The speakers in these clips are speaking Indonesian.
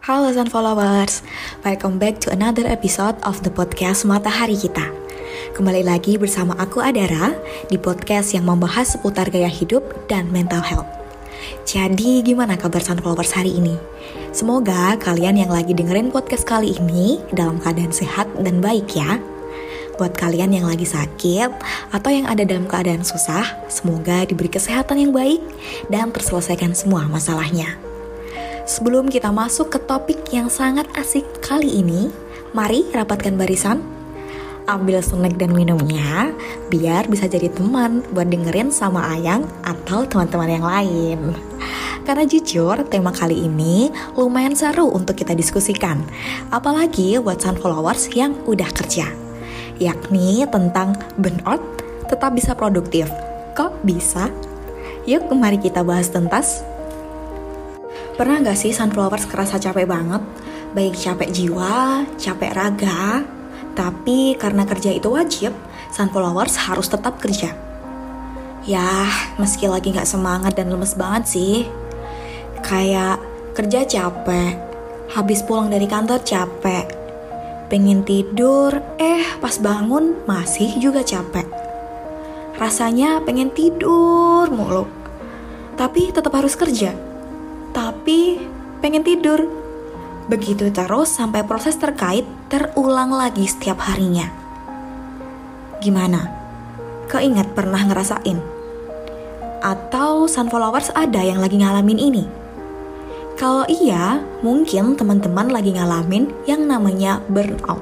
Halo Sun Followers, welcome back to another episode of the podcast Matahari Kita. Kembali lagi bersama aku Adara di podcast yang membahas seputar gaya hidup dan mental health. Jadi gimana kabar Sun Followers hari ini? Semoga kalian yang lagi dengerin podcast kali ini dalam keadaan sehat dan baik ya. Buat kalian yang lagi sakit atau yang ada dalam keadaan susah, semoga diberi kesehatan yang baik dan terselesaikan semua masalahnya. Sebelum kita masuk ke topik yang sangat asik kali ini, mari rapatkan barisan, ambil snack dan minumnya, biar bisa jadi teman buat dengerin sama Ayang atau teman-teman yang lain. Karena jujur, tema kali ini lumayan seru untuk kita diskusikan, apalagi buat Sun Followers yang udah kerja, yakni tentang burnout tetap bisa produktif. Kok bisa? Yuk mari kita bahas tuntas. Pernah gak sih Sunflowers kerasa capek banget? Baik capek jiwa, capek raga. Tapi karena kerja itu wajib, Sunflowers harus tetap kerja. Yah, meski lagi gak semangat dan lemes banget sih. Kayak kerja capek, habis pulang dari kantor capek, pengen tidur, pas bangun masih juga capek. Rasanya pengen tidur mulu, tapi tetap harus kerja. Tapi pengen tidur. Begitu terus sampai proses terkait terulang lagi setiap harinya. Gimana? Keinget pernah ngerasain? Atau Sun Followers ada yang lagi ngalamin ini? Kalau iya, mungkin teman-teman lagi ngalamin yang namanya burnout.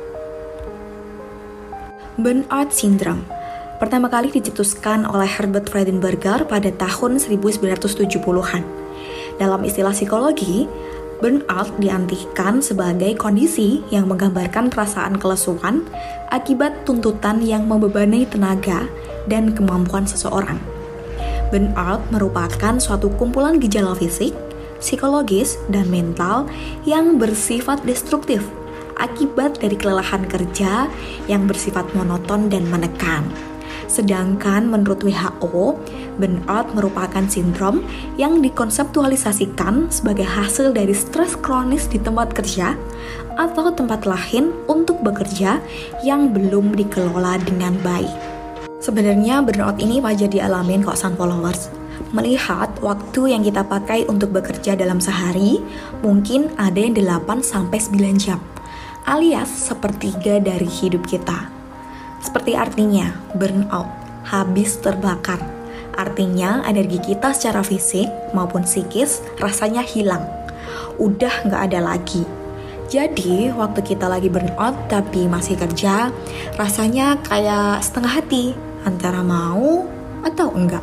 Burnout syndrome pertama kali dicetuskan oleh Herbert Freudenberger pada tahun 1970-an. Dalam istilah psikologi, burnout diartikan sebagai kondisi yang menggambarkan perasaan kelesuan akibat tuntutan yang membebani tenaga dan kemampuan seseorang. Burnout merupakan suatu kumpulan gejala fisik, psikologis, dan mental yang bersifat destruktif akibat dari kelelahan kerja yang bersifat monoton dan menekan. Sedangkan menurut WHO, burnout merupakan sindrom yang dikonseptualisasikan sebagai hasil dari stres kronis di tempat kerja atau tempat lain untuk bekerja yang belum dikelola dengan baik. Sebenarnya burnout ini wajar dialamin kok Sun Followers. Melihat waktu yang kita pakai untuk bekerja dalam sehari, mungkin ada yang 8-9 jam, alias sepertiga dari hidup kita. Seperti artinya, burnout, habis terbakar. Artinya energi kita secara fisik maupun psikis rasanya hilang. Udah gak ada lagi. Jadi, waktu kita lagi burnout tapi masih kerja, rasanya kayak setengah hati, antara mau atau enggak.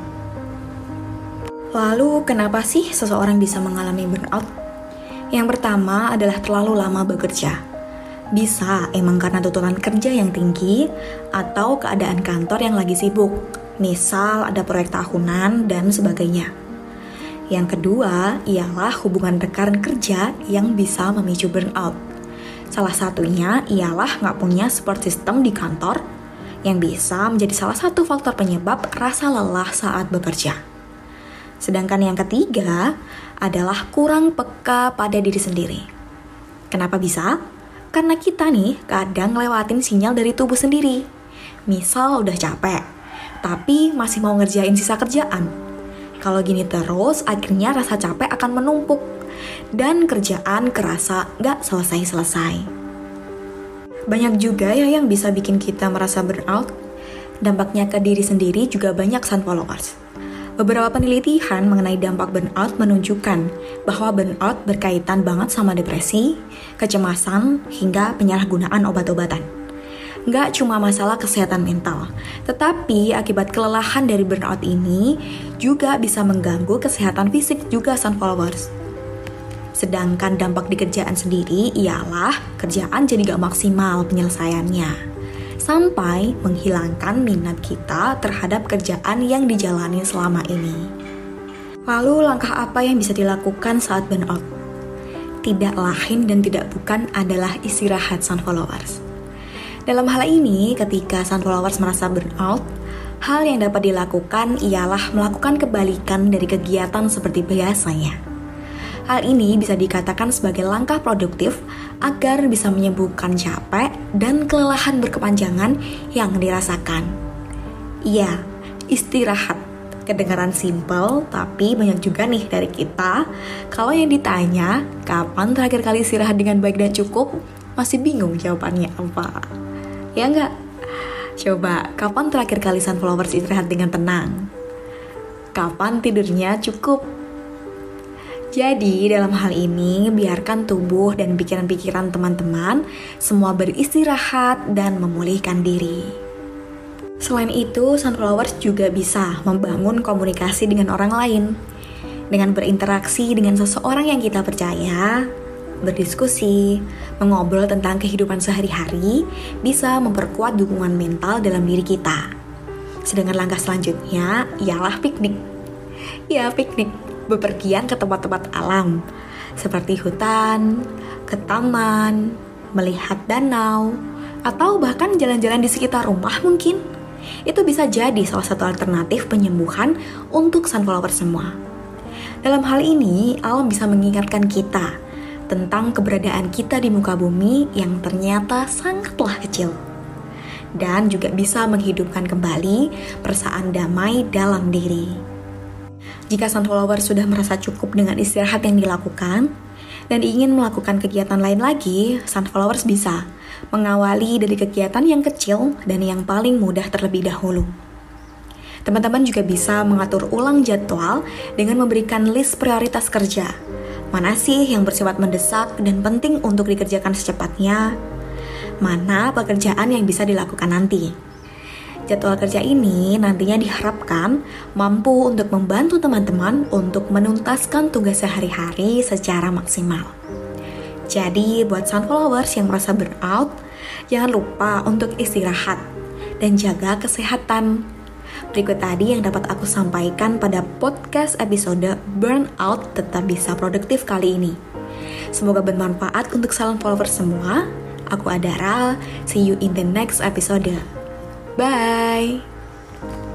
Lalu, kenapa sih seseorang bisa mengalami burnout? Yang pertama adalah terlalu lama bekerja. Bisa emang karena tuntutan kerja yang tinggi atau keadaan kantor yang lagi sibuk, misal ada proyek tahunan dan sebagainya. Yang kedua ialah hubungan rekan kerja yang bisa memicu burnout. Salah satunya ialah nggak punya support system di kantor yang bisa menjadi salah satu faktor penyebab rasa lelah saat bekerja. Sedangkan yang ketiga adalah kurang peka pada diri sendiri. Kenapa bisa? Karena kita nih kadang ngelewatin sinyal dari tubuh sendiri. Misal udah capek, tapi masih mau ngerjain sisa kerjaan. Kalau gini terus, akhirnya rasa capek akan menumpuk dan kerjaan kerasa gak selesai-selesai. Banyak juga ya yang bisa bikin kita merasa burnout. Dampaknya ke diri sendiri juga banyak Sun Followers. Beberapa penelitian mengenai dampak burnout menunjukkan bahwa burnout berkaitan banget sama depresi, kecemasan, hingga penyalahgunaan obat-obatan. Nggak cuma masalah kesehatan mental, tetapi akibat kelelahan dari burnout ini juga bisa mengganggu kesehatan fisik juga Sun Followers. Sedangkan dampak di kerjaan sendiri ialah kerjaan jadi gak maksimal penyelesaiannya, sampai menghilangkan minat kita terhadap kerjaan yang dijalani selama ini. Lalu langkah apa yang bisa dilakukan saat burnout? Tidak lain dan tidak bukan adalah istirahat Sun Followers. Dalam hal ini, ketika Sun Followers merasa burnout, hal yang dapat dilakukan ialah melakukan kebalikan dari kegiatan seperti biasanya. Hal ini bisa dikatakan sebagai langkah produktif agar bisa menyembuhkan capek dan kelelahan berkepanjangan yang dirasakan. Iya, istirahat. Kedengaran simpel, tapi banyak juga nih dari kita. Kalau yang ditanya, kapan terakhir kali istirahat dengan baik dan cukup, masih bingung jawabannya apa. Ya enggak? Coba, kapan terakhir kali Sunflowers istirahat dengan tenang? Kapan tidurnya cukup? Jadi, dalam hal ini, biarkan tubuh dan pikiran-pikiran teman-teman semua beristirahat dan memulihkan diri. Selain itu, Sunflowers juga bisa membangun komunikasi dengan orang lain. Dengan berinteraksi dengan seseorang yang kita percaya, berdiskusi, mengobrol tentang kehidupan sehari-hari, bisa memperkuat dukungan mental dalam diri kita. Sedangkan langkah selanjutnya ialah piknik. Ya, piknik. Bepergian ke tempat-tempat alam seperti hutan, ke taman, melihat danau, atau bahkan jalan-jalan di sekitar rumah mungkin. Itu bisa jadi salah satu alternatif penyembuhan untuk Sunflower semua. Dalam hal ini, alam bisa mengingatkan kita tentang keberadaan kita di muka bumi yang ternyata sangatlah kecil. Dan juga bisa menghidupkan kembali perasaan damai dalam diri. Jika Sunflower sudah merasa cukup dengan istirahat yang dilakukan dan ingin melakukan kegiatan lain lagi, Sunflowers bisa mengawali dari kegiatan yang kecil dan yang paling mudah terlebih dahulu. Teman-teman juga bisa mengatur ulang jadwal dengan memberikan list prioritas kerja. Mana sih yang bersifat mendesak dan penting untuk dikerjakan secepatnya? Mana pekerjaan yang bisa dilakukan nanti? Jadwal kerja ini nantinya diharapkan mampu untuk membantu teman-teman untuk menuntaskan tugas sehari-hari secara maksimal. Jadi buat Sunflowers yang merasa burnout, jangan lupa untuk istirahat dan jaga kesehatan. Berikut tadi yang dapat aku sampaikan pada podcast episode Burnout Tetap Bisa Produktif kali ini. Semoga bermanfaat untuk Sunflowers semua. Aku Adara, see you in the next episode. Bye!